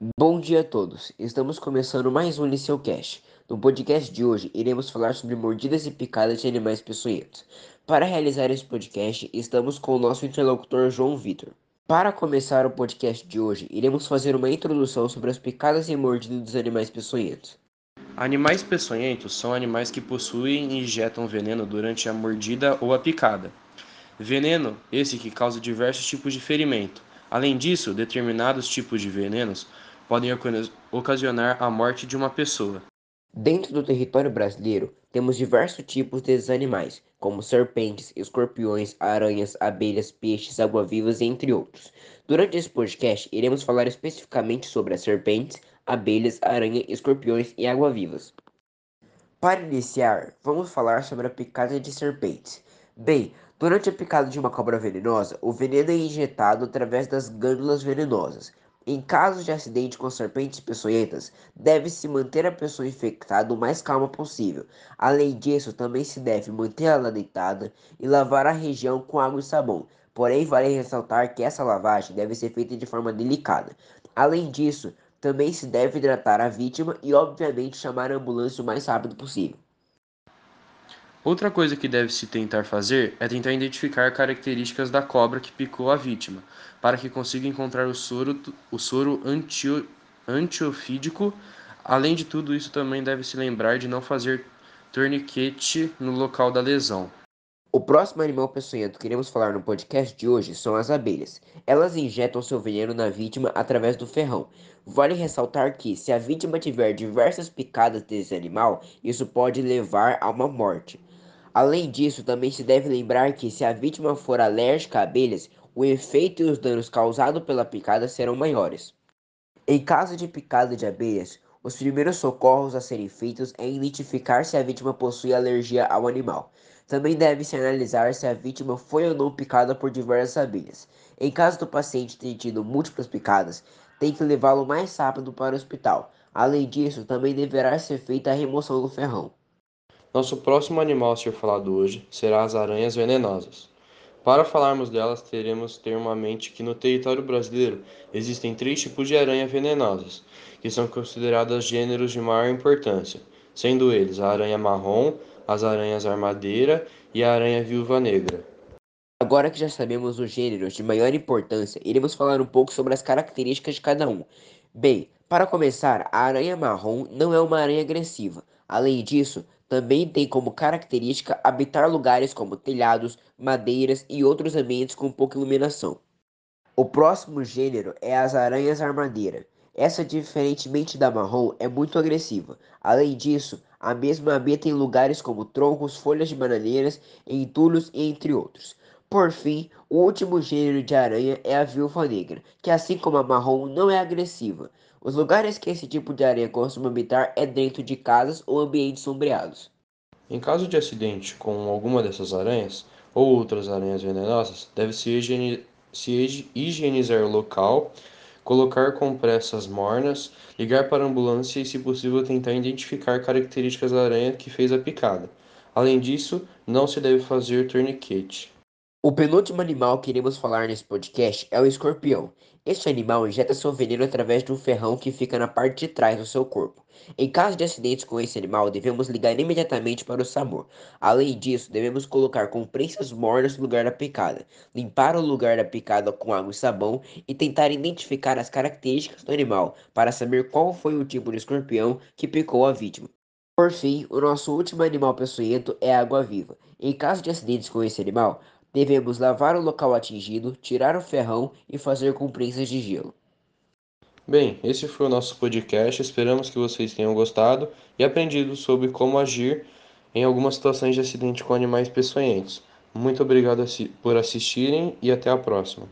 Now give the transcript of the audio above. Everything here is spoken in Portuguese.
Bom dia a todos. Estamos começando mais um Liceocast. No podcast de hoje, iremos falar sobre mordidas e picadas de animais peçonhentos. Para realizar esse podcast, estamos com o nosso interlocutor João Vitor. Para começar o podcast de hoje, iremos fazer uma introdução sobre as picadas e mordidas dos animais peçonhentos. Animais peçonhentos são animais que possuem e injetam veneno durante a mordida ou a picada. Veneno esse que causa diversos tipos de ferimento. Além disso, determinados tipos de venenos podem ocasionar a morte de uma pessoa. Dentro do território brasileiro, temos diversos tipos desses animais, como serpentes, escorpiões, aranhas, abelhas, peixes, água-vivas, entre outros. Durante esse podcast, iremos falar especificamente sobre as serpentes, abelhas, aranhas, escorpiões e água-vivas. Para iniciar, vamos falar sobre a picada de serpentes. Bem, durante a picada de uma cobra venenosa, o veneno é injetado através das glândulas venenosas. Em casos de acidente com serpentes peçonhentas, deve-se manter a pessoa infectada o mais calma possível. Além disso, também se deve manter ela deitada e lavar a região com água e sabão. Porém, vale ressaltar que essa lavagem deve ser feita de forma delicada. Além disso, também se deve hidratar a vítima e, obviamente, chamar a ambulância o mais rápido possível. Outra coisa que deve-se tentar fazer é tentar identificar características da cobra que picou a vítima, para que consiga encontrar o soro antiofídico. Além de tudo isso, também deve se lembrar de não fazer torniquete no local da lesão. O próximo animal peçonhento que iremos falar no podcast de hoje são as abelhas. Elas injetam seu veneno na vítima através do ferrão. Vale ressaltar que, se a vítima tiver diversas picadas desse animal, isso pode levar a uma morte. Além disso, também se deve lembrar que, se a vítima for alérgica a abelhas, o efeito e os danos causados pela picada serão maiores. Em caso de picada de abelhas, os primeiros socorros a serem feitos é identificar se a vítima possui alergia ao animal. Também deve-se analisar se a vítima foi ou não picada por diversas abelhas. Em caso do paciente ter tido múltiplas picadas, tem que levá-lo mais rápido para o hospital. Além disso, também deverá ser feita a remoção do ferrão. Nosso próximo animal a ser falado hoje será as aranhas venenosas. Para falarmos delas, teremos ter uma mente que no território brasileiro existem três tipos de aranha venenosas, que são consideradas gêneros de maior importância, sendo eles a aranha marrom, as aranhas armadeira e a aranha viúva negra. Agora que já sabemos os gêneros de maior importância, iremos falar um pouco sobre as características de cada um. Bem, para começar, a aranha marrom não é uma aranha agressiva. Além disso, também tem como característica habitar lugares como telhados, madeiras e outros ambientes com pouca iluminação. O próximo gênero é as aranhas armadeira. Essa, diferentemente da marrom, é muito agressiva. Além disso, a mesma habita em lugares como troncos, folhas de bananeiras, entulhos e entre outros. Por fim, o último gênero de aranha é a viúva negra, que assim como a marrom não é agressiva. Os lugares que esse tipo de aranha costuma habitar é dentro de casas ou ambientes sombreados. Em caso de acidente com alguma dessas aranhas ou outras aranhas venenosas, deve-se higienizar o local, colocar compressas mornas, ligar para a ambulância e, se possível, tentar identificar características da aranha que fez a picada. Além disso, não se deve fazer torniquete. O penúltimo animal que iremos falar nesse podcast é o escorpião. Este animal injeta seu veneno através de um ferrão que fica na parte de trás do seu corpo. Em caso de acidentes com esse animal, devemos ligar imediatamente para o SAMU. Além disso, devemos colocar compressas mornas no lugar da picada, limpar o lugar da picada com água e sabão e tentar identificar as características do animal para saber qual foi o tipo de escorpião que picou a vítima. Por fim, o nosso último animal peçonhento é a água-viva. Em caso de acidentes com esse animal, devemos lavar o local atingido, tirar o ferrão e fazer com prensas de gelo. Bem, esse foi o nosso podcast. Esperamos que vocês tenham gostado e aprendido sobre como agir em algumas situações de acidente com animais peçonhentos. Muito obrigado por assistirem e até a próxima.